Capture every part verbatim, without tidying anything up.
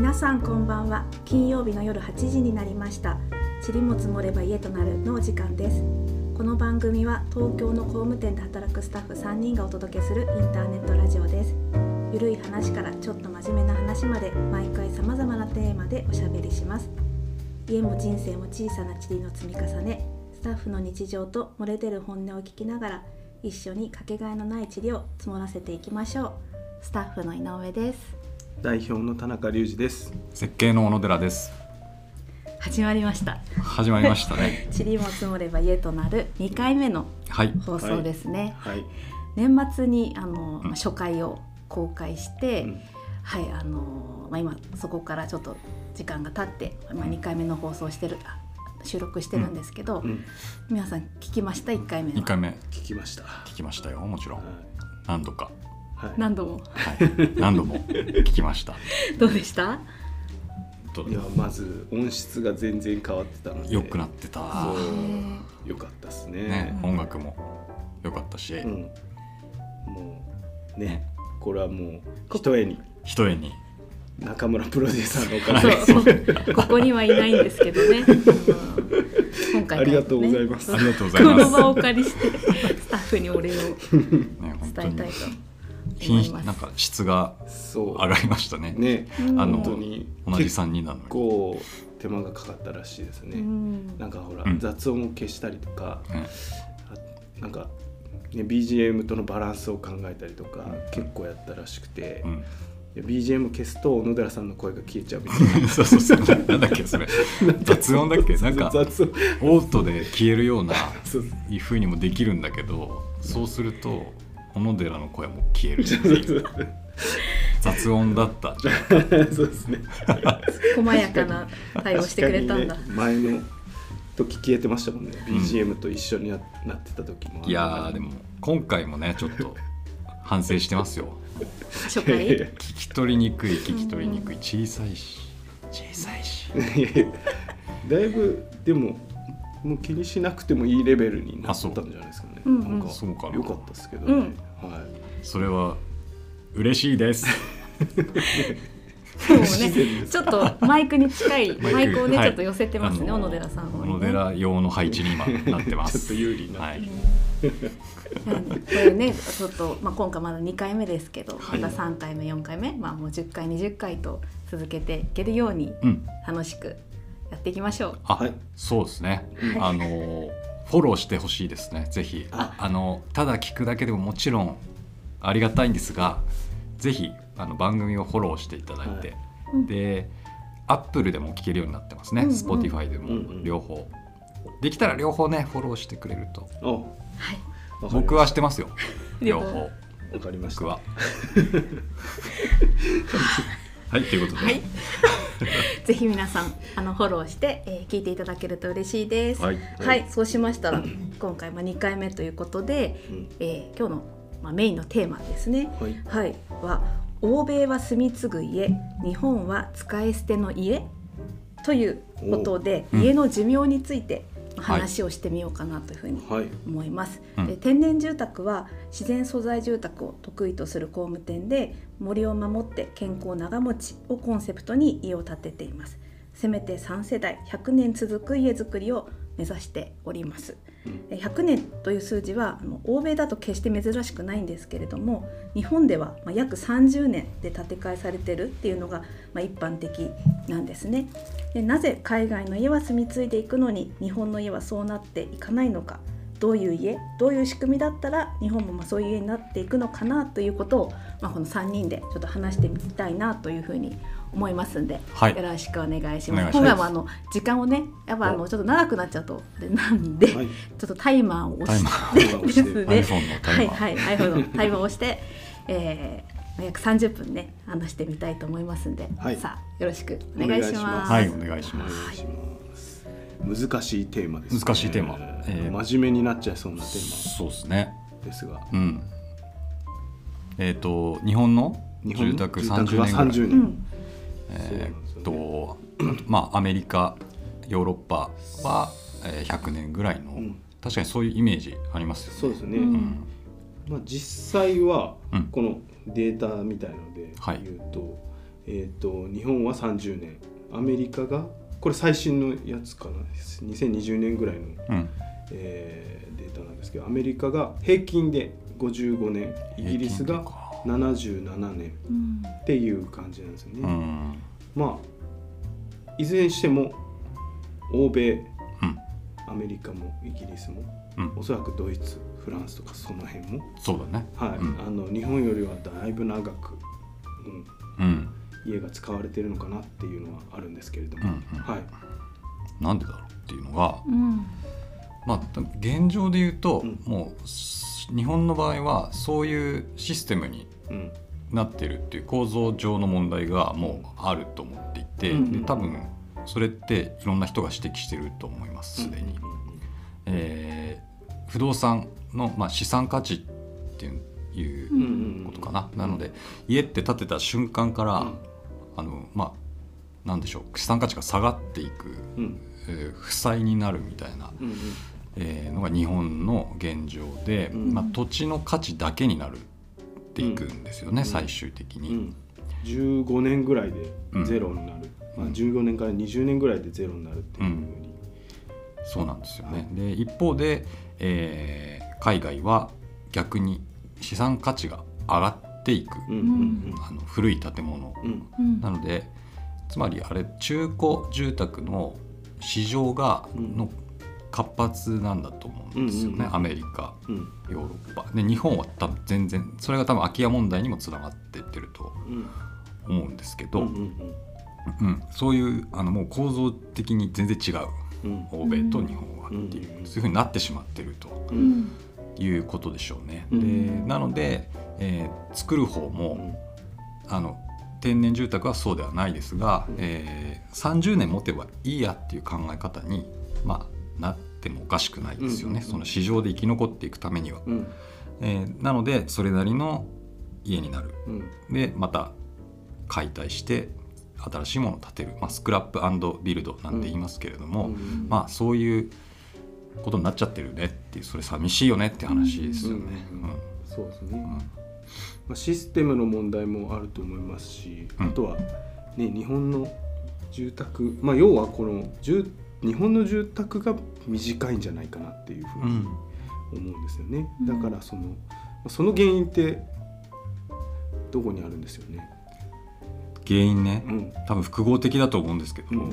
皆さんこんばんは。金曜日の夜はちじになりました。塵も積もれば家となるのお時間です。この番組は東京の工務店で働くスタッフさんにんがお届けするインターネットラジオです。ゆるい話からちょっと真面目な話まで、毎回さまざまなテーマでおしゃべりします。家も人生も小さな塵の積み重ね、スタッフの日常と漏れ出る本音を聞きながら、一緒にかけがえのない塵を積もらせていきましょう。スタッフの井上です。 代表の田中隆二です。 設計の小野寺です。 始まりました始まりましたね塵も積もれば家となるにかいめの放送ですね、 はいはい、 年末にあの、うん、初回を公開して、うん、はいあのまあ、今そこからちょっと時間が経って、まあ、にかいめの放送してる収録してるんですけど、うんうん、皆さん聞きました？いっかいめは。 いっかいめ聞きました聞きましたよ、もちろん、はい、何度か、 はい、何度も、 はい、何度も聞きましたどうでした？ いやまず音質が全然変わってたので良くなってた。 そう良かったです ね, ね音楽も良かったし、うん、 もうねこれはもうひとえにひとえに中村プロデューサーのおかげでここにはいないんですけどね今回、ね、 ありがとうございますありがとうございます。 この場をお借りしてスタッフにお礼を伝えたいと品なんか質が上がりましたね。 ね、 あの本当に同じさんにんなのに結構手間がかかったらしいですね。なんかほら、うん、雑音を消したりとか、うん、なんか、ね、ビージーエム とのバランスを考えたりとか、うん、結構やったらしくて、うん、ビージーエム 消すと小野寺さんの声が消えちゃうみたいなそうそうそうなんだっけそれ雑音だっけなんか雑音オートで消えるようないう風にもできるんだけど、そうすると小野寺の声も消えるっていう雑音だったそうですね細やかな対応してくれたんだ、 ね、前の時消えてましたもんね、うん、ビージーエム と一緒になってた時も。 いやでも今回もねちょっと反省してますよ初回聞き取りにくい聞き取りにくい小さいし小さいしだいぶでももう気にしなくてもいいレベルになったんじゃないですかね。なんかそうかな、 良かったですけどね、うん、はい、 それは嬉しいですそうね、ちょっとマイクに近いマイクをね、はい、ちょっと寄せてますね、小野寺さんを、ね、 小野寺用の配置に今なってますちょっと有利になってる、 はい、これねちょっと、まあ、今回まだにかいめですけど、はい、またさんかいめよんかいめ、まあ、もうじゅっかいにじゅっかいと続けていけるように楽しくやっていきましょう、うん、 あ、はい、そうですね、はい、あのフォローしてほしいですね、ぜひ。ああのただ聞くだけでももちろんありがたいんですが、ぜひあの番組をフォローしていただいて、はい、でアップルでも聞けるようになってますね、うんうん、Spotify でも両方、うんうん、できたら両方ねフォローしてくれると、 はい、 僕はしてますよ両方。 わかりました。 僕ははいということで、はい、 ぜひ皆さんあのフォローして、えー、聞いていただけると嬉しいです。はい、はい、そうしましたら今回はにかいめということで、うん、えー、今日の、まあ、メインのテーマですね、はい、はい、は欧米は住み継ぐ家、日本は使い捨ての家ということで、家の寿命について話をしてみようかなというふうに思います、はい、で天然住宅は自然素材住宅を得意とする工務店で、森を守って健康長持ちをコンセプトに家を建てています。せめてさんせだいひゃくねん続く家づくりを目指しております。ひゃくねんという数字はあの欧米だと決して珍しくないんですけれども、日本ではまあ約さんじゅうねんで建て替えされているっていうのがまあ一般的なんですね。でなぜ海外の家は住み継いでいくのに日本の家はそうなっていかないのか、どういう家、どういう仕組みだったら日本もまあそういう家になっていくのかなということを、まあ、このさんにんでちょっと話してみたいなというふうに思いますんで、はい、よろしくお願いします。今回もあの時間をねやっぱあのちょっと長くなっちゃうとでなんで、はい、ちょっとタイマーを押してですね iPhone のタイマー、はいはい、iPhone のタイマーを押して、えー、約さんじゅっぷんね話してみたいと思いますんで、はい、さあよろしくお願いします。 はい、お願いします。 はい、難しいテーマですね。 難しいテーマ、 えー、真面目になっちゃいそうなテーマ。 そうですね。 ですが、 うん、えっ、ー、と日本の住宅さんじゅうねんぐらい、 さんじゅうねん、うん、 えー、とまあアメリカヨーロッパはひゃくねんぐらいの、うん、確かにそういうイメージありますよね。 そうですね、うん、まあ、実際はこのデータみたいなので言うと、はい、ええー、と日本はさんじゅうねん、アメリカがこれ最新のやつかな、にせんにじゅうねんぐらいの、うんえー、データなんですけど、アメリカが平均でごじゅうごねん、イギリスがななじゅうななねんっていう感じなんですよね、うん、まあいずれにしても欧米、うん、アメリカもイギリスも、うん、おそらくドイツ、フランスとかその辺もそうだね、 はいうん、あの日本よりはだいぶ長く、うんうん、家が使われているのかなっていうのはあるんですけれども、うんうんはい、 なんでだろうっていうのが、うんまあ、現状で言うと、うん、もう日本の場合はそういうシステムになってるっていう構造上の問題がもうあると思っていて、うん、で多分それっていろんな人が指摘してると思いますすでに、うんえー、不動産の、まあ、資産価値っていうことかな、うん、なので家って建てた瞬間から、うんあのまあ、なんでしょう資産価値が下がっていく、うんえー、負債になるみたいな、うんうんえー、のが日本の現状で、うんまあ、土地の価値だけになるっていくんですよね、うん、最終的に、うん、 じゅうごねんぐらいでゼロになる、うんまあ、じゅうごねんからにじゅうねんぐらいでゼロになるっていうふうに、うん、 そうなんですよね、はい、で一方で、えー、海外は逆に資産価値が上がっていく、うんうんうん、あの古い建物、うん、なのでつまりあれ中古住宅の市場がの活発なんだと思うんですよね、うんうんうん、アメリカ、うん、ヨーロッパで日本は多分全然それが多分空き家問題にもつながっていってると思うんですけど、うんうんうんうん、そういうあのもう構造的に全然違う、うん、欧米と日本はっていう、うん、そういうふうになってしまってると、うんいうことでしょうね、うん、でなので、えー、作る方も、うん、あの天然住宅はそうではないですが、うんえー、さんじゅうねん持てばいいやっていう考え方に、まあ、なってもおかしくないですよね、うん、その市場で生き残っていくためには、うんえー、なのでそれなりの家になる、うん、でまた解体して新しいものを建てる、まあ、スクラップ&ビルドなんて言いますけれども、うんうん、まあそういうことになっちゃってるねっていうそれ寂しいよねって話ですよね、うんうんうん、 そうですね、うんまあ、システムの問題もあると思いますし、うん、あとは、ね、日本の住宅、まあ、要はこの日本の住宅が短いんじゃないかなっていうふうに思うんですよね、うん、だからそのその原因ってどこにあるんですよね。 原因ね、うん、多分複合的だと思うんですけども、うん、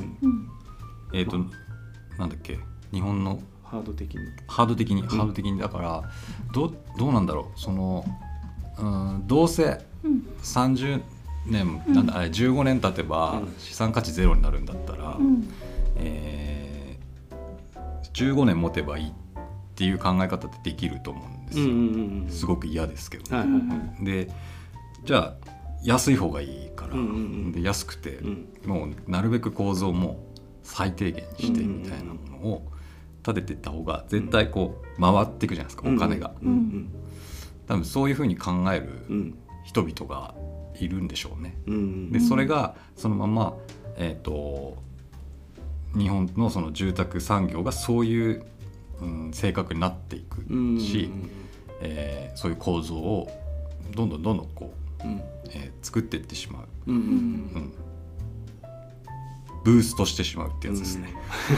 えっ、ー、と、まあ、なんだっけ日本のハード的にハード的に、うん、ハード的にだからど, どうなんだろうそのうんどうせさんじゅうねん、うん、なんだあれじゅうごねん経てば資産価値ゼロになるんだったら、うんえー、じゅうごねん持てばいいっていう考え方ってできると思うんですよ、うんうんうん、すごく嫌ですけど、ねはいはいはい、でじゃあ安い方がいいから、うんうんうん、で安くて、うん、もうなるべく構造も最低限にしてみたいなものを立てていった方が絶対こう回っていくじゃないですか、うん、お金が、うんうん、多分そういうふうに考える人々がいるんでしょうね、うんうん、でそれがそのまま、えーと、日本のその住宅産業がそういう、うん、性格になっていくし、うんうんうんえー、そういう構造をどんどんどんどんこう、うんえー、作っていってしまう、うんうんうんブーストしてしまうってやつですね、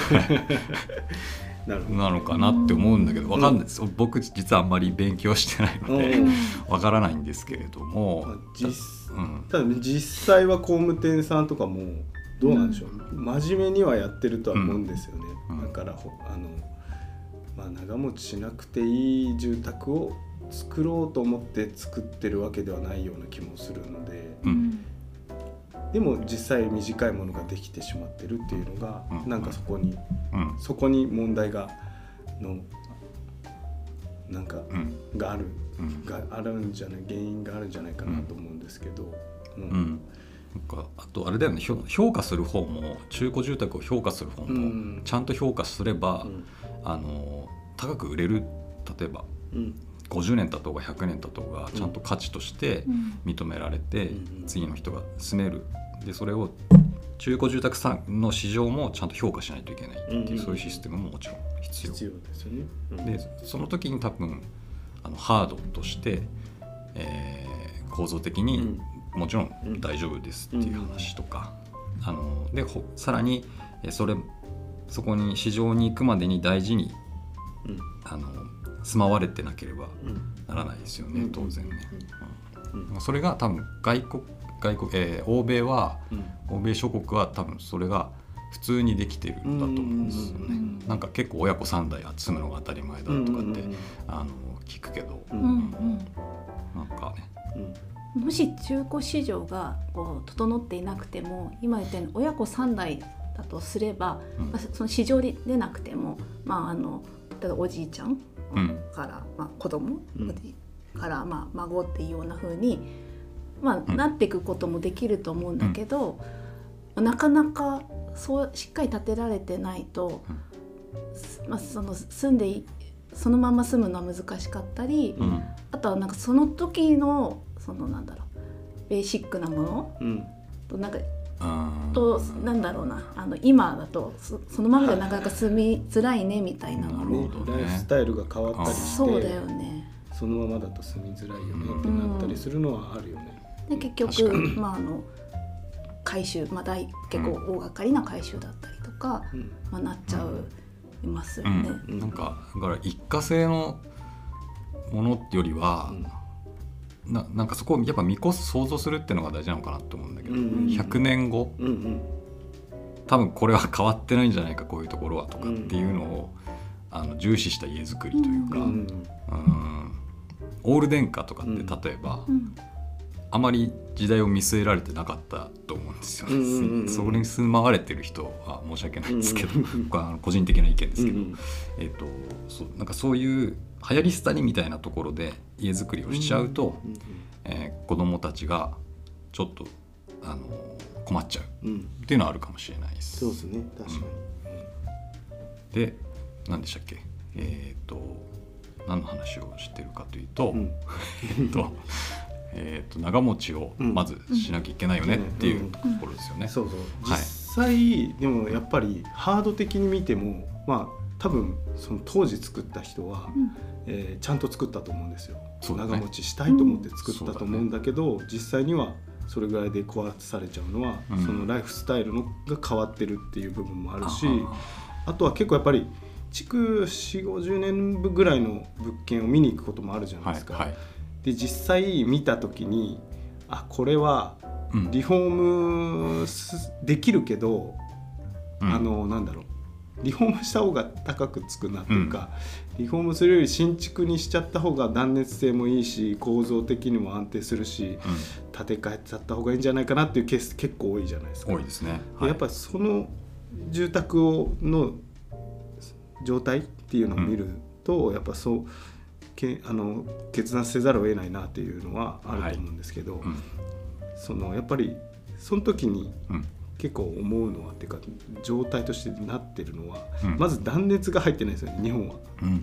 うん、なるほどなのかなって思うんだけど分かんないです、うん、僕実はあんまり勉強してないので分からないんですけれども、まあ 実, うん、 ただ実際は工務店さんとかもどうなんでしょう、うん、真面目にはやってるとは思うんですよね、うん、だからあの、まあ、長持ちしなくていい住宅を作ろうと思って作ってるわけではないような気もするので、うんでも実際短いものができてしまってるっていうのが、うん、なんかそこに、うん、そこに問題がのなんか、うん、がある、うん、があるんじゃない原因があるんじゃないかなと思うんですけど、うんうん、 なんかあとあれだよね評価する方も中古住宅を評価する方もちゃんと評価すれば、うん、あの高く売れる例えば、うんごじゅうねん経とうがひゃくねん経とうがちゃんと価値として認められて、うん、次の人が住めるでそれを中古住宅産の市場もちゃんと評価しないといけないっていう、うん、そういうシステムももちろん必要、 必要ですよね、うん、 でその時に多分あのハードとして、えー、構造的にもちろん大丈夫ですっていう話とか、うん、あのでさらにそれそこに市場に行くまでに大事に、うん、あの住まわれてなければならないですよね、うん、当然ね、うんうん、それが多分外国外国、えー、欧米は、うん、欧米諸国は多分それが普通にできてるんだと思うんですよね、うん、なんか結構親子さん代住むのが当たり前だとかって、うん、あの聞くけど、うんうん、なんかね、 うん、もし中古市場がこう整っていなくても今言ったように親子さん代だとすれば、うん、まあ、その市場に出なくても、まあ、あの例えばおじいちゃんから、うん、まあ、子供、うん、から、まあ、孫っていうような風に、まあ、うん、なっていくこともできると思うんだけど、うん、なかなかそうしっかり建てられてないと、うん、まあ、その住んでそのまま住むのは難しかったり、うん、あとはなんかその時のそのなんだろうベーシックなもの、うん、となんかとなんだろうなあの今だと そ, そのままでなかなか住みづらいねみたいなのも、 ね、ライフスタイルが変わったりしてそうだよね、 そのままだと住みづらいよねってなったりするのはあるよね、 うん、で結局、まあ、あの改修、まあ、大結構大掛かりな改修だったりとか、うん、まあ、なっちゃう、うん、いますよね、 うん、なんかだから一過性のものよりは、うん、な, なんかそこをやっぱ見越す想像するっていうのが大事なのかなと思うんだけど、うんうん、ひゃくねんご、うんうん、多分これは変わってないんじゃないかこういうところはとかっていうのを、うん、あの重視した家づくりというか、うんうん、オール電化とかって例えば、うん、あまり時代を見据えられてなかったと思うんですよね、うんうんうん、そこに住まわれてる人は申し訳ないんですけど、うんうん、これは個人的な意見ですけど、うんうん、えーと、そうなんかそういう流行り廃りみたいなところで家づくりをしちゃうと、うんうんうん、えー、子どもたちがちょっとあの困っちゃうっていうのはあるかもしれないです、 うん、そうですね、確かに、 うん、で何でしたっけ、えーと何の話をしてるかというと、うん、えっとえー、と長持ちをまずしなきゃいけないよねっていうところですよね、うんうん、 そうそう、実際、はい、でもやっぱりハード的に見ても、まあ、多分その当時作った人は、うん、えー、ちゃんと作ったと思うんですよ、ね、長持ちしたいと思って作ったと思うんだけど、うん、実際にはそれぐらいで壊されちゃうのは、うん、そのライフスタイルのが変わってるっていう部分もあるし、あとは結構やっぱり築よんじゅうごじゅうねんぐらいの物件を見に行くこともあるじゃないですか、はいはい、で実際見た時にあこれはリフォームできるけど、うん、あのなんだろうリフォームした方が高くつくなっていうか、うん、リフォームするより新築にしちゃった方が断熱性もいいし構造的にも安定するし、うん、建て替えちゃった方がいいんじゃないかなっていうケース結構多いじゃないですか。 多いですね、 はい、やっぱりその住宅をの状態っていうのを見ると、うん、やっぱそうけあの決断せざるを得ないなっていうのはあると思うんですけど、はい、うん、そのやっぱりその時に結構思うのはっていうか状態としてなってるのは、うん、まず断熱が入ってないですよね日本は、うんうん、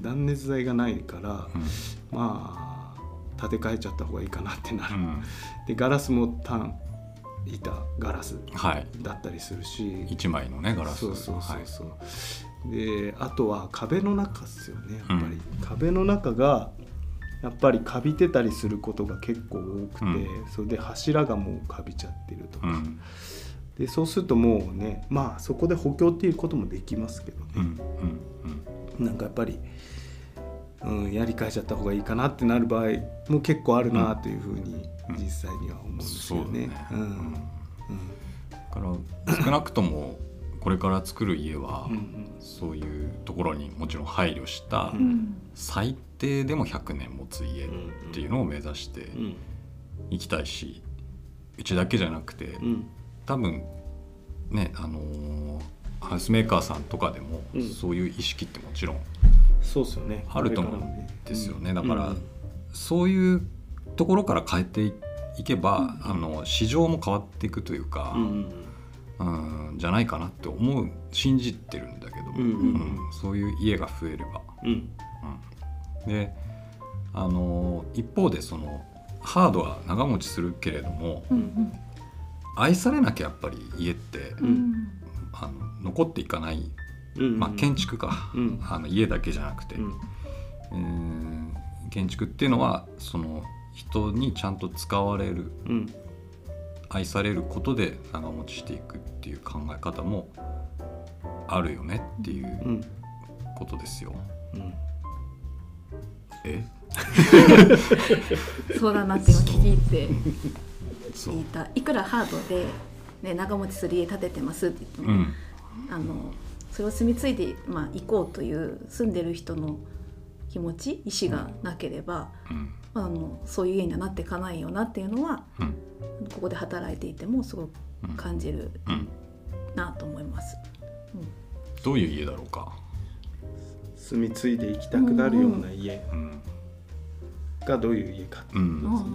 断熱材がないから、うん、まあ建て替えちゃった方がいいかなってなる、うん、でガラスも単板ガラスだったりするし、 はい、いちまいのねガラス、 そうそうそうそう、はい、であとは壁の中ですよね、やっぱり、うん、壁の中がやっぱりカビてたりすることが結構多くて、うん、それで柱がもうカビちゃってるとか、うん、でそうするともうね、まあそこで補強っていうこともできますけどね、うんうんうん、なんかやっぱり、うん、やり替えちゃった方がいいかなってなる場合も結構あるなというふうに実際には思うんですよね。 だから少なくともこれから作る家はそういうところにもちろん配慮した最低でもひゃくねん持つ家っていうのを目指していきたいし、うちだけじゃなくて多分ね、あのー、ハウスメーカーさんとかでもそういう意識ってもちろんあると思うんですよね。だからそういうところから変えていけば、あの市場も変わっていくというか、うん、じゃないかなって思う信じてるんだけど、うんうんうん、そういう家が増えれば、うんうん、であの一方でそのハードは長持ちするけれども、うんうん、愛されなきゃやっぱり家って、うん、あの残っていかない、うんうん、まあ、建築か、うん、あの家だけじゃなくて、うん、えー、建築っていうのはその人にちゃんと使われる、 うん、 愛されることで長持ちしていくっていう考え方もあるよねっていうことですよ、うんうん、えそうだなって今聞いて聞いた。いくらハードで、ね、長持ちする家建ててますって言っても、うん、あのそれを住み継いで、まあ、行こうという住んでる人の気持ち意思がなければ、うんあのそういう家にはなっていかないよなっていうのは、うん、ここで働いていてもすごく感じるなと思います、 うんうん、どういう家だろうか。 住み継いでいきたくなるような家がどういう家かっていうことですね、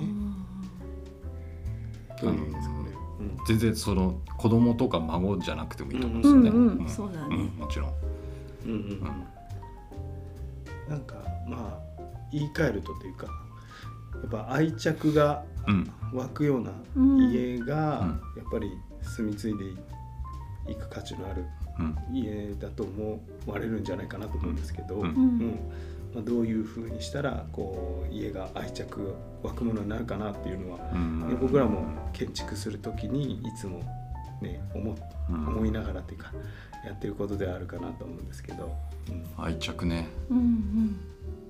うんうんうん、全然その子供とか孫じゃなくてもいいと思うんですよね、 うんうん、そうだね、 うん、もちろん、 うんうんうん、なんかまあ言い換えるとというかやっぱ愛着が湧くような家がやっぱり住み継いでいく価値のある家だと思われるんじゃないかなと思うんですけど、うんうんまあ、どういう風にしたらこう家が愛着湧くものになるかなっていうのは、ね、僕らも建築する時にいつも、ね、思, 思いながらというかやってることではあるかなと思うんですけど、 うん、愛着ね、 うんうん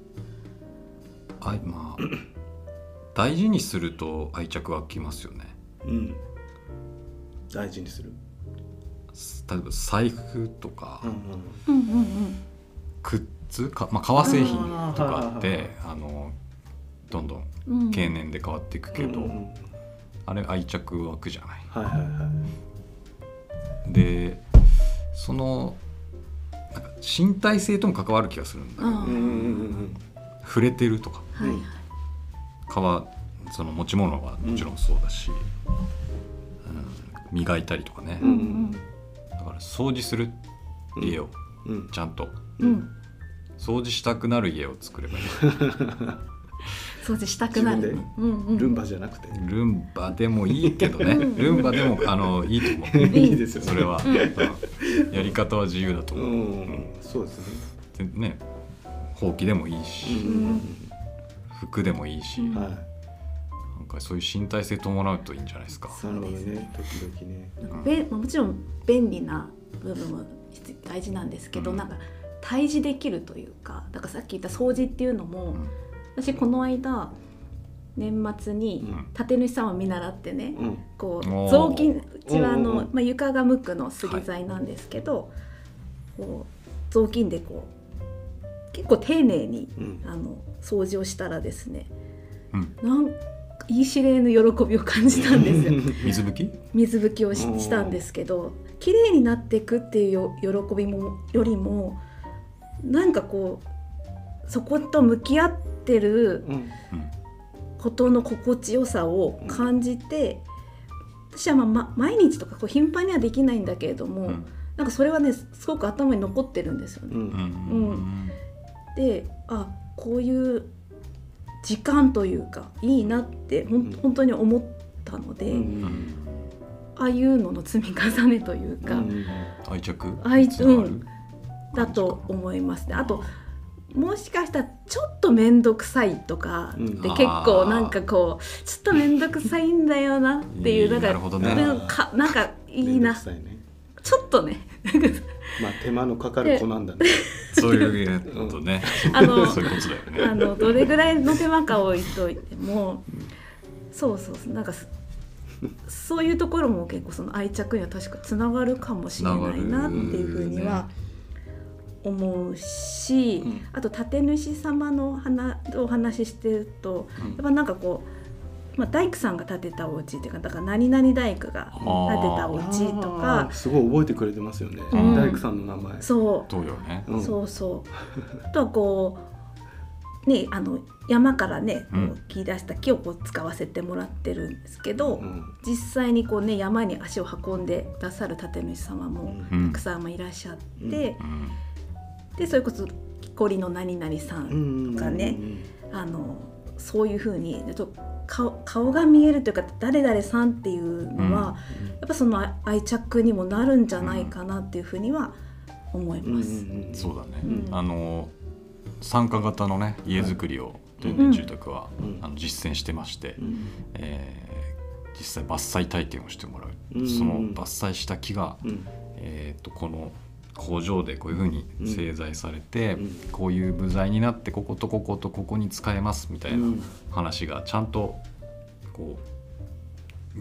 愛まあ大事にすると愛着湧きますよね、 うん、大事にする例えば財布とか、 うんうん、 靴か、まあ、革製品とかってあのどんどん経年で変わっていくけど、うん、あれ愛着湧くじゃない、 はいはいはい、 でそのなんか身体性とも関わる気がするんだけど、うんうんうん、触れてるとか、はいはい、革その持ち物はもちろんそうだし、うんうん、磨いたりとかね、うんうん、だから掃除する家をちゃんと、うん、掃除したくなる家を作ればいい掃除したくなる、 うんうん、ルンバじゃなくてルンバでもいいけどねルンバでもあのいいと思ういいですよねそれは、うん、やり方は自由だと思う、うんうん、そうですねでねほうきでもいいし、うん、服でもいいし、うん、なんかそういう身体性伴うといいんじゃないですか。 そうですね、時々ね、 うん、もちろん便利な部分も大事なんですけど、うん、なんか対峙できるというか、だからさっき言った掃除っていうのも、うん、私この間年末に建主さんを見習ってね、うん、こう雑巾うちはあの、まあ、床が無垢の杉材なんですけど、はい、こう雑巾でこう結構丁寧に、うん、あの掃除をしたらですね、うん、なん言い知れぬ喜びを感じたんですよ水拭き水拭きを し, したんですけど、綺麗になっていくっていう喜びもよりもなんかこうそこと向き合ってることの心地よさを感じて、私は、まあま、毎日とかこう頻繁にはできないんだけれども、うん、なんかそれはねすごく頭に残ってるんですよね、うんうん、で、あ、こういう時間というかいいなってほん本当に思ったので、うん、ああいうのの積み重ねというか、うん、 愛着愛、うん、だと思いますね。あともしかしたらちょっと面倒くさいとかで、うん、結構なんかこうちょっと面倒くさいんだよなっていう、なんか、 なるほどね、 なんか、なんかいいな、ね、ちょっとねまあ手間のかかる子なんだねそういうことね、うん、 あのそういうことだよね。 あのどれぐらいの手間か置いといても、そうそうそう、なんかそういうところも結構その愛着には確かつながるかもしれないなっていうふうには思うし、うん、あと建主様のお話ししてると、うん、やっぱなんかこう、まあ、大工さんが建てたお家っていうか、だから何々大工が建てたお家とか、 すごい覚えてくれてますよね、うん、大工さんの名前。 そうそうよね、 うん、そうそうあとはこうね、あの山からね、こう切り出した木をこう使わせてもらってるんですけど、うん、実際にこう、ね、山に足を運んでくださる建主様もたくさんいらっしゃって、うんうんでそれこそ木こりの何々さんとかね、あのそういう風に顔、顔が見えるというか誰々さんっていうのは、うん、やっぱその愛着にもなるんじゃないかなっていう風には思います、うんうんうん、そうだね、うん、あの参加型のね家づくりをという、ね、住宅は、うん、あの実践してまして、 うん、 えー、実際伐採体験をしてもらう、うん、その伐採した木が、うん、えー、とこの工場でこういうふうに製材されて、うん、こういう部材になってこことこことここに使えますみたいな話がちゃんとこう、うん、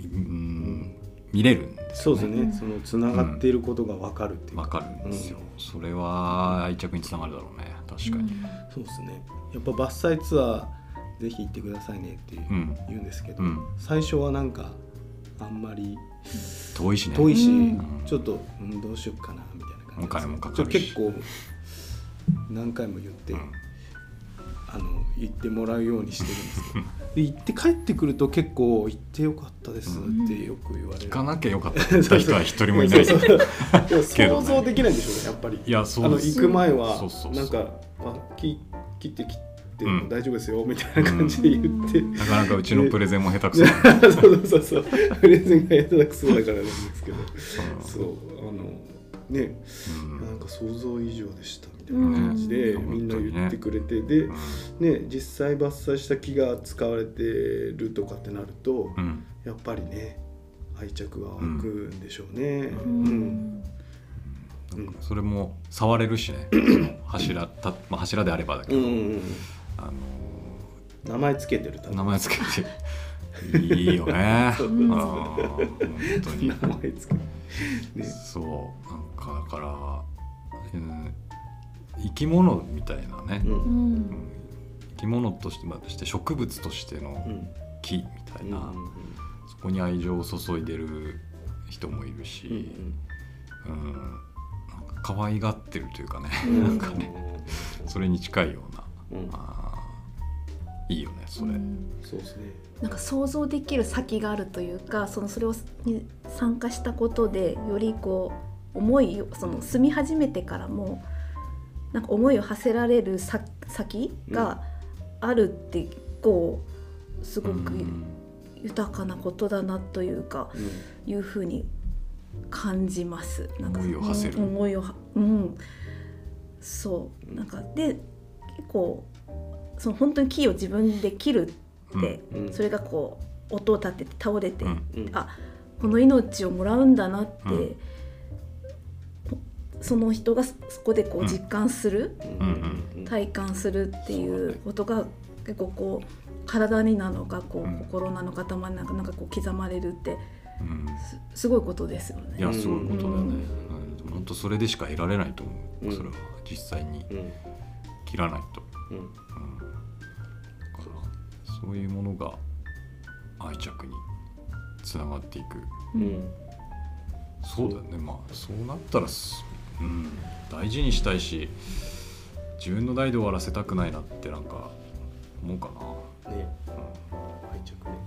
見れるんですよね。 そうですね。そのつながっていることが分かるっていうか、 分かるんですよ、うん、それは愛着につながるだろうね。確かに、うん、 そうですね。やっぱ伐採ツアーぜひ行ってくださいねって言うんですけど、うん、最初はなんかあんまり遠いしね遠いし、うん、ちょっと、うん、どうしようかなみたいな感じで、 お金もかかるし結構何回も言って、うん、あの行ってもらうようにしてるんですけどで行って帰ってくると結構行ってよかったですってよく言われる、うん、 行かなきゃよかったって人は一人もいないそうそうそう想像できないんでしょうねやっぱり。 いやそうあの行く前はそうそうそうなんかあ切ってきて大丈夫ですよ、うん、みたいな感じで言って、うん、 なかなかうちのプレゼンも下手くそだそうそうそうプレゼンが下手くそだからなんですけどそうあのね、うん、なんか想像以上でしたみたいな感じで、うん、みんな言ってくれて、ね、で、うんね、実際伐採した木が使われてるとかってなると、うん、やっぱりね愛着が湧くんでしょうね、うんうんうん、それも触れるしね柱た、まあ、柱であればだけど、うんうんうん、あのー、名前つけてる名前つけていいよねそうそうそう本当に名前つけて、 ね、そうなんかだから、うん、生き物みたいなね、うんうん、生き物として、まあ、して植物としての木みたいな、うんうんうん、そこに愛情を注いでる人もいるし、うんうん、なんか可愛がってるというかね、うん、なんかねそれに近いような、うん、あいいよねそれ、うん、 そうですね。 なんか想像できる先があるというか、そのそれをに参加したことでよりこう思いをその住み始めてからもなんか思いを馳せられる先があるってこうすごく豊かなことだなというか、うん、いうふうに感じます。 なんか思いを馳せる思いをうんそうなんかで結構その本当に木を自分で切るって、うん、それがこう音を立てて倒れて、うん、あこの命をもらうんだなって、うん、その人がそこでこう実感する、うん、体感するっていうことが結構こう体になのかこう、うん、心なのか頭になのかなんかこう刻まれるって、うん、す, すごいことですよね。 いやすごいことだよね、うん、本当それでしか得られないと思う、うん、それは実際に切らないと、うんうん、だからそういうものが愛着につながっていく、うん、そうだよね。まあそうなったら、うん、大事にしたいし自分の代で終わらせたくないなってなんか思うかな、ね、うん、 愛着ね、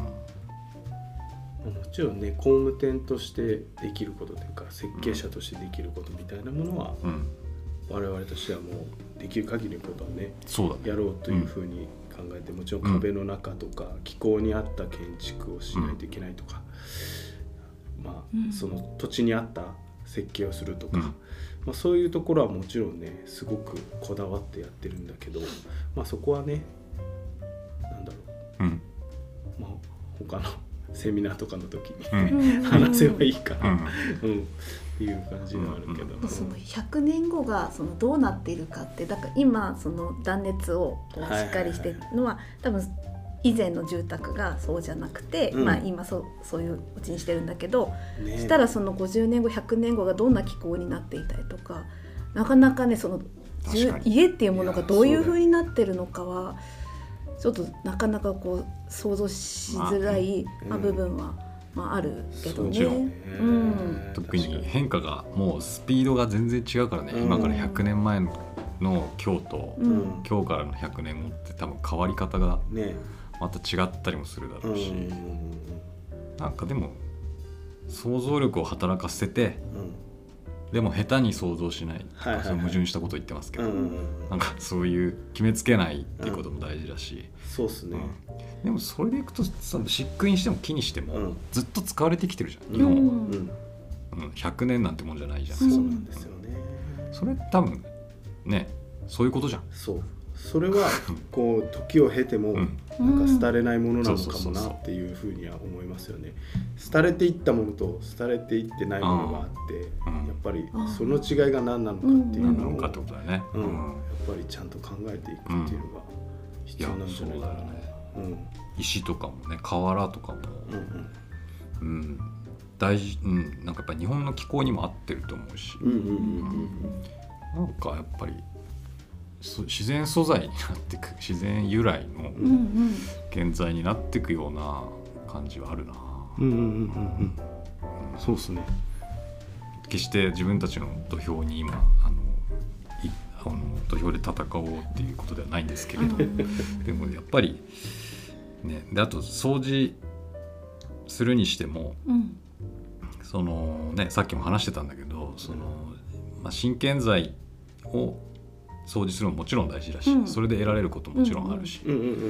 うん、もちろんね工務店としてできることというか設計者としてできることみたいなものは、うん、我々としてはもうできる限りのことはね、 そうだね、 やろうというふうに考えて、もちろん壁の中とか、うん、気候に合った建築をしないといけないとか、うん、まあ、うん、その土地に合った設計をするとか、うん、まあ、そういうところはもちろんねすごくこだわってやってるんだけど、まあ、そこはねなんだろう、うん、まあ、他のセミナーとかの時に、うん、話せばいいかな、うんうん、っていう感じがあるけど、うん、 そのひゃくねんごがそのどうなっているかってだから今その断熱をこうしっかりしてるのは、多分以前の住宅がそうじゃなくて、うん、まあ、今 そ, そういううちにしてるんだけど、ね、したらそのごじゅうねんごひゃくねんごがどんな気候になっていたりとか、なかなかねその家っていうものがどういう風になってるのかはちょっとなかなかこう想像しづらい、まあ、部分は、まあ、あるけどね、うん、 特に変化がもうスピードが全然違うからね、うん、今からひゃくねんまえの今日と、うん、今日からのひゃくねんごって多分変わり方がまた違ったりもするだろうし、うん、なんかでも想像力を働かせて、うん、でも下手に想像しない、はいはいはい、その矛盾したこと言ってますけど、うんうんうん、なんかそういう決めつけないっていうことも大事だし、 うん、そうですね、 うん、でもそれでいくとその漆喰にしても木にしても、うん、ずっと使われてきてるじゃん日本は、うんうん、ひゃくねんなんてもんじゃないじゃん。 そうなんですよね。 それ多分ねそういうことじゃん。 そうそれはこう時を経てもなんか廃れないものなのかもなっていうふうには思いますよね。廃れていったものと廃れていってないものがあって、うん、やっぱりその違いが何なのかっていうのを、うん、やっぱりちゃんと考えていくっていうのが必要なんじゃないかな、ねうん、 石とかもね瓦とかも、うんうんうん、大事、うん、なんかやっぱり日本の気候にも合ってると思うし、うんうんうんうん、なんかやっぱり自然素材になっていく自然由来の原材になっていくような感じはあるな。うんうんうんうん、 そうですね。 決して自分たちの土俵に今あのいあの土俵で戦おうっていうことではないんですけれどでもやっぱりねであと掃除するにしても、うん、そのねさっきも話してたんだけどその、まあ、新建材を掃除するのももちろん大事だし、うん、それで得られることももちろんあるし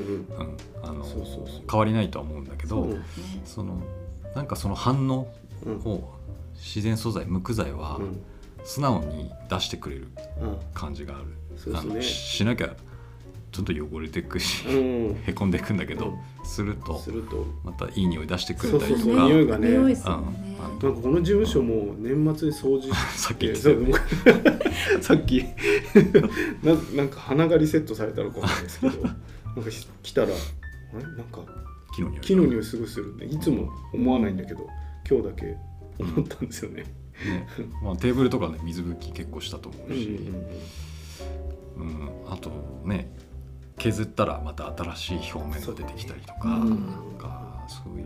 変わりないとは思うんだけど そ,、ね、そのなんかその反応を自然素材無垢材は素直に出してくれる感じがある、うん、あの、ね、しなきゃちょっと汚れていくし、うん、へこんでいくんだけど、うん、するとまたいい匂い出してくれたりとか、そうそうそう匂いがね、うん、なんかこの事務所も年末に掃除さっき言ってた、ね、 さっきな, なんか花狩りセットされたのかもしれないですけどなんか来たらあれなんか木の匂い木の匂いすぐするんでいつも思わないんだけど今日だけ思ったんですよね。 ねまあ、テーブルとかね水拭き結構したと思うし、うんうんうん、あとね削ったらまた新しい表面が出てきたりとか、うん、なんかそういう、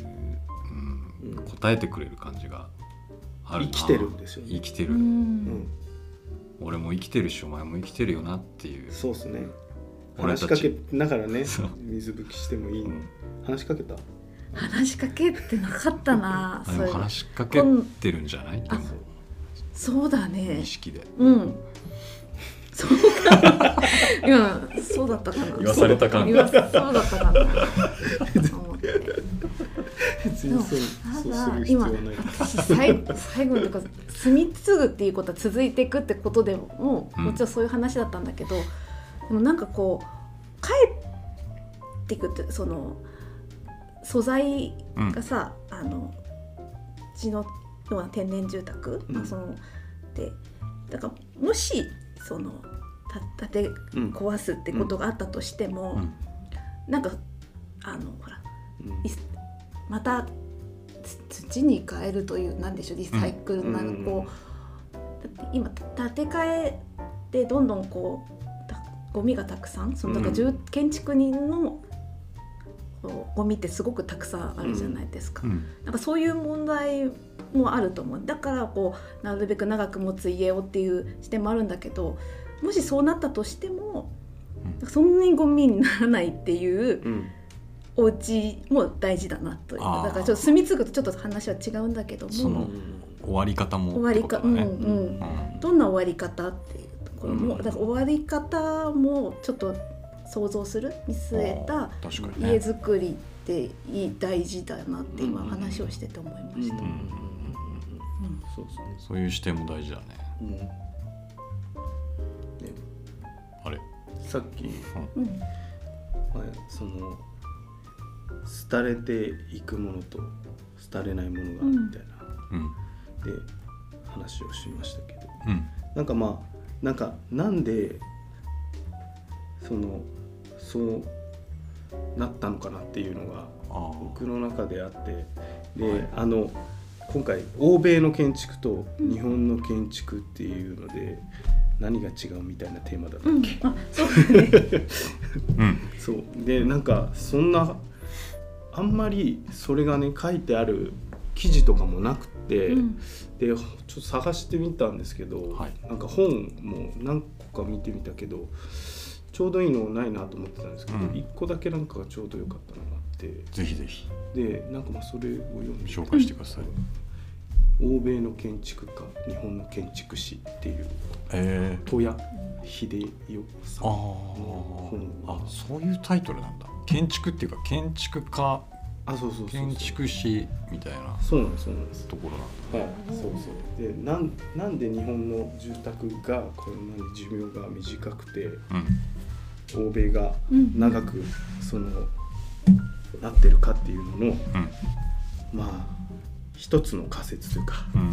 うん、答えてくれる感じがあるな。 生きてるんですよね。 生きてる、うん、俺も生きてるしお前も生きてるよなっていう。 そうですね。話しかけながらね水拭きしてもいい、うん、話しかけた話しかけってなかったなでも話しかけてるんじゃない？でもそうだね意識でうんそうか今そうだったかな言わされた感じそうだったかなと思って別にそうそうする必要ない私最, 最後にか住み継ぐっていうことは続いていくってことでも、うん、もちろんそういう話だったんだけどでもなんかこう帰っていくってその素材がさ、うん、あのうちのような天然住宅、うんまあ、そのでだからもしそのた建て壊すってことがあったとしても、うん、なんかあのほら、うん、また土に変えるというなんでしょうリサイクルなんかこう、だって今建て替えでどんどんこうゴミがたくさんそのだから、うん、建築人のゴミってすごくたくさんあるじゃないですか、うん、なんかそういう問題もあると思う。だからこうなるべく長く持つ家をっていう視点もあるんだけどもしそうなったとしても、うん、そんなにゴミにならないっていうお家も大事だなというか、だからちょっと住み継ぐとちょっと話は違うんだけどもその終わり方も終わりか、うんうんうん、どんな終わり方っていうところも、うん、だから終わり方もちょっと想像する見据えた家づくりって大事だなって今話をしてて思いました。 そういう視点も大事だね。うん、ねあれさっき、うんまあ、その廃れていくものと廃れないものがあるみたいな、うん、で話をしましたけど、うん、なんかまあなんかなんでそのそうなったのかなっていうのが僕の中であってで、はい、あの今回欧米の建築と日本の建築っていうので何が違うみたいなテーマだったっけ、うん、あそうねそうでなんかそんなあんまりそれがね書いてある記事とかもなくて、うん、でちょっと探してみたんですけど、はい、なんか本も何個か見てみたけどちょうどいいのないなと思ってたんですけど、うん、いっこだけなんかがちょうど良かったのがあってぜひぜひでなんかまあそれを読んで紹介してください。 欧米の建築家日本の建築士っていう、えー、戸谷秀夫さんの本ああそういうタイトルなんだ。建築っていうか建築家あそうそうそうそう建築士みたいなそうなんですそうなんですところなんだ、はい、そうそうでなん、なんで日本の住宅がこんなに寿命が短くて、うん、 欧米が長くその、うん、なってるかっていうのの、うん、まあ一つの仮説というか、うん、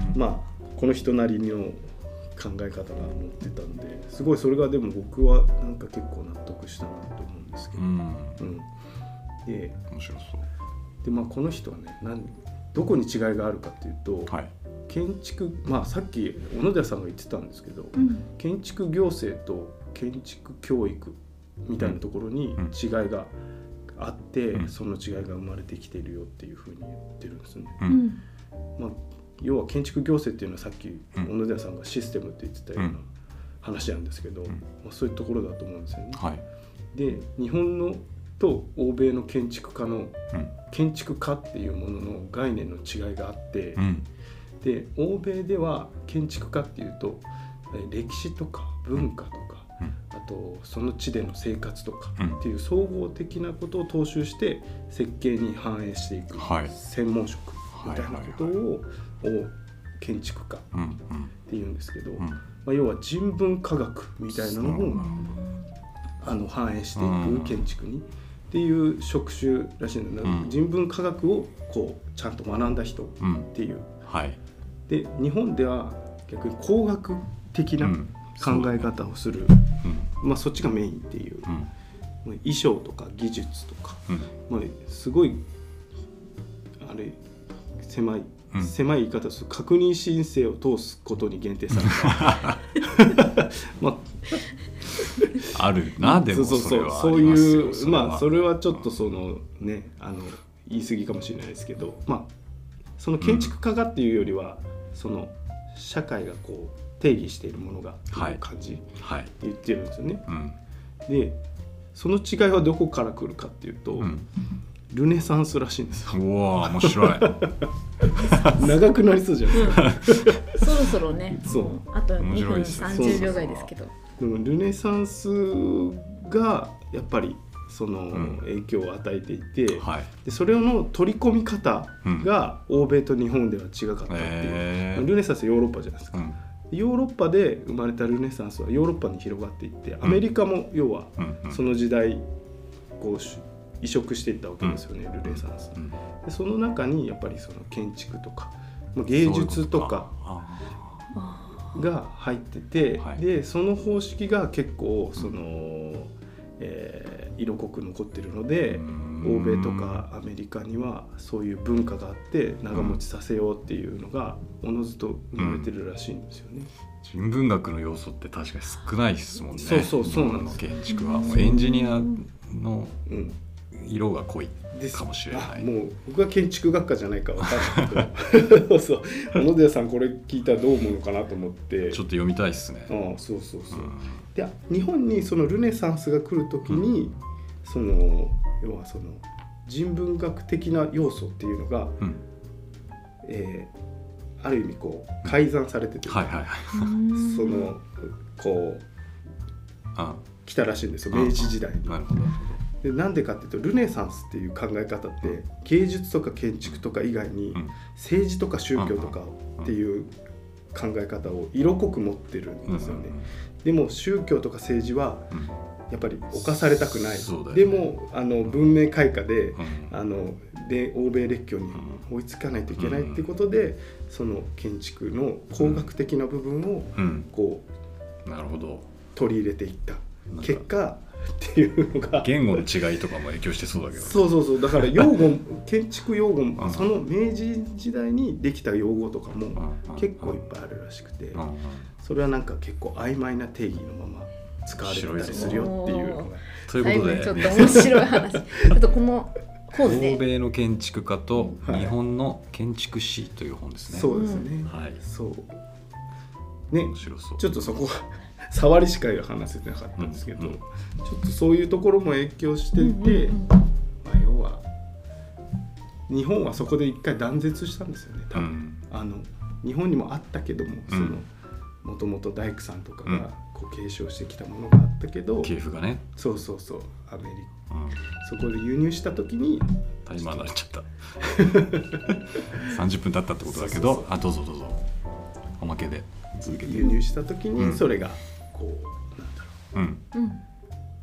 まあこの人なりの考え方が載ってたんで、すごいそれがでも僕はなんか結構納得したなと思うんですけど、うんうん、で面白そうで、まあ、この人はね何どこに違いがあるかっていうと、はい、建築、まあ、さっき小野寺さんが言ってたんですけど、うん、建築行政と建築教育みたいなところに違いがあって、うん、その違いが生まれてきているよっていうふうに言ってるんですね、うんまあ、要は建築行政っていうのはさっき小野寺さんがシステムって言ってたような話なんですけど、うんまあ、そういうところだと思うんですよね、はい、で日本のと欧米の建築家の建築家っていうものの概念の違いがあって、うん、で欧米では建築家っていうと歴史とか文化とか、うん、あとその地での生活とかっていう総合的なことを踏襲して設計に反映していく専門職みたいなことを建築家っていうんですけど、まあ、要は人文科学みたいなのをあの反映していく建築にっていう職種らしいんだけど、うん、人文科学をこうちゃんと学んだ人っていう、うんはい、で日本では逆に工学的な考え方をする、うんまあ、そっちがメインっていう、うん、衣装とか技術とか、うんまあ、すごいあれ狭い、うん、狭い言い方すると確認申請を通すことに限定されたまああるな、でもそれはそういうまあそれはちょっとそのねあの言い過ぎかもしれないですけど、まあその建築家がっていうよりは、うん、その社会がこう定義しているものがという感じで言ってるんですよね、はいはいうん、でその違いはどこから来るかっていうと、うん、ルネサンスらしいんですよ。 うわ面白い長くなりそうじゃないですか、 うん、そろそろねそうあとにふんさんじゅうびょうぐらいですけど、 でもルネサンスがやっぱりその影響を与えていて、うんはい、でそれの取り込み方が欧米と日本では違かったっていう、えー、ルネサンスはヨーロッパじゃないですか、うん、ヨーロッパで生まれたルネサンスはヨーロッパに広がっていってアメリカも要はその時代こう移植していったわけですよね、うん、ルネサンス、うん、でその中にやっぱりその建築とか芸術とかが入ってて、はい、でその方式が結構その、うんえー、色濃く残ってるので欧米とかアメリカにはそういう文化があって長持ちさせようっていうのがおのずと生まれてるらしいんですよね、 うん、人文学の要素って確かに少ないですもんね。 そうそうそうなんです。 建築はもうエンジニアの色が濃いかもしれない、 もう僕は建築学科じゃないか分かんないけどそう小野寺さんこれ聞いたらどう思うのかなと思ってちょっと読みたいですね。 ああそうそうそう、うん、で日本にそのルネサンスが来るときに、うん、その要はその人文学的な要素っていうのが、うんえー、ある意味こう改ざんされてて、うんはいはいはい、そのこうあ来たらしいんですよ明治時代に。なるほど。でなんでかっていうとルネサンスっていう考え方って芸術とか建築とか以外に政治とか宗教とかっていう考え方を色濃く持ってるんですよね。でも宗教とか政治はやっぱり侵されたくない、うんね、でもあの文明開化で、うん、あので欧米列強に追いつかないといけないってことで、うん、その建築の工学的な部分をこう、うん、なるほど取り入れていった結果っていうのが言語の違いとかも影響してそうだけど、ね、 そうそうそうだから用語建築用語もその明治時代にできた用語とかも結構いっぱいあるらしくて、それはなんか結構曖昧な定義のまま使われてたりするよっていうのがということでちょっと面白い話ちょっとこの本で欧米の建築家と日本の建築史という本ですね、 はい、そうですね、はい、そうね面白そう。 ちょっとそこは触りしか話せてなかったんですけど、うんうん、ちょっとそういうところも影響していて、うんうんうんまあ、要は日本はそこで一回断絶したんですよね多分、うん、あの日本にもあったけども、うん、そのもともと大工さんとかがこう継承してきたものがあったけど、 系譜がねそうそうそうアメリカ、うん、そこで輸入した時にタイマーになっちゃったさんじゅっぷん経ったってことだけどそうそうそうあどうぞどうぞおまけで続けて輸入した時にそれがこう、うん、なんだろう、うん、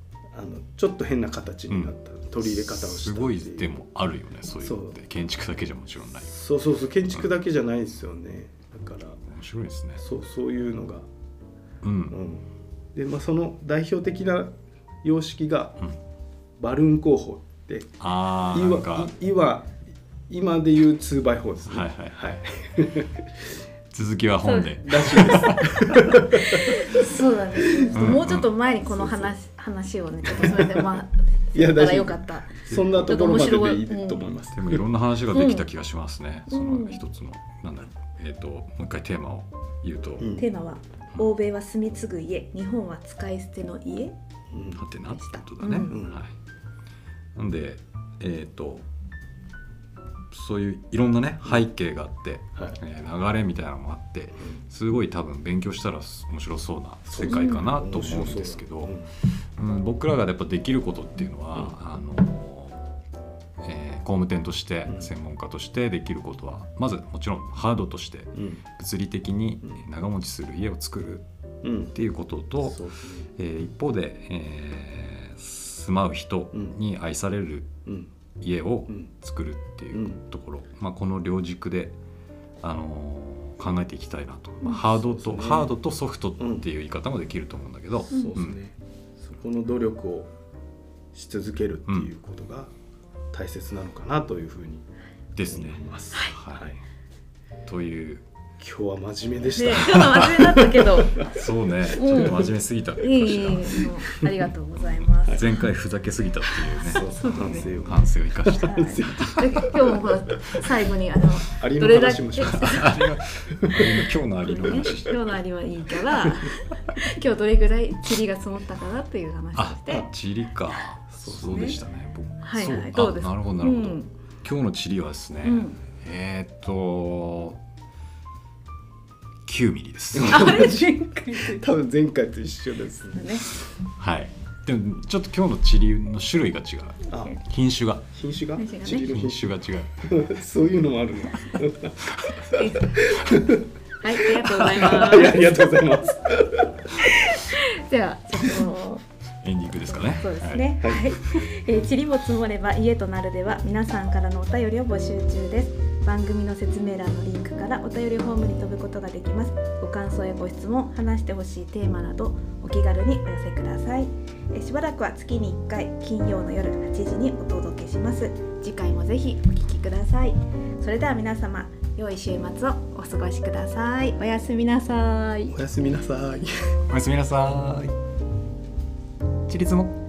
のちょっと変な形になった、うん、取り入れ方をしたすごいでもあるよねそういうのって建築だけじゃもちろんないそうそうそう建築だけじゃないですよね、うん、だから面白いですねそうそういうのが、 うんうん、 で、まあ、その代表的な様式が、うん、バルーン工法ってあなんか今今でいう ツーバイフォー ですね、 はいはいはい続きは本でらしいですそうなんです、うん、もうちょっと前にこの 話, そうそう話をねちょっとそれでまあやったらよかったそんなところまででいいと思います、 うん、でもいろんな話ができた気がしますね、うん、その一つのなんだろう、えーと、もう一回テーマを言うと、 うん、テーマは欧米は住み継ぐ家日本は使い捨ての家、 うん、はてなってことだね、うんはい、なんでえっ、ー、とそういういろんなね背景があって、はいえー、流れみたいなのもあってすごい多分勉強したら面白そうな世界かなと思うんですけど、うん、僕らがやっぱできることっていうのは、うんあのえー、工務店として専門家としてできることはまずもちろんハードとして物理的に長持ちする家を作るっていうことと、うんえー、一方で、えー、住まう人に愛される家を作るっていうところ、うんまあ、この両軸で、あのー、考えていきたいなと、まあ、ハードと、ね、ハードとソフトっていう言い方もできると思うんだけど、うん、 そうですね、そこの努力をし続けるっていうことが大切なのかなというふうにですね思います、 はいはい、という今日は真面目でした、 ね、今日は真面目だったけどそうねちょっと真面目すぎたね、うん、 いいいいありがとうございます前回ふざけすぎたっていうねそうそう反省を反省を生かして、 はい、今日もほら最後にあのアリの話もします今日のアリの話して今日のアリはいいから今日どれぐらい塵が積もったかなっていう話をしてあ塵かそうでしたね僕はいはいどうですかなるほどなるほど、うん、今日の塵はですね、うん、えー、っときゅうミリですあれ前回多分前回と一緒ですねはいでもちょっと今日のチリの種類が違うあ品種が品種が品種が、ね、 品種が違うそういうのもあるのはいありがとうございますありがとうございますではちょっとエンディングですかねそうですねはい、はいえー、塵も積もれば家となるでは皆さんからのお便りを募集中です番組の説明欄のリンクからお便りフォームに飛ぶことができますご感想やご質問話してほしいテーマなどお気軽にお寄せくださいえー、しばらくは月にいっかい金曜の夜はちじにお届けします次回もぜひお聞きくださいそれでは皆様良い週末をお過ごしくださいおやすみなさいおやすみなさいおやすみなさいちりつも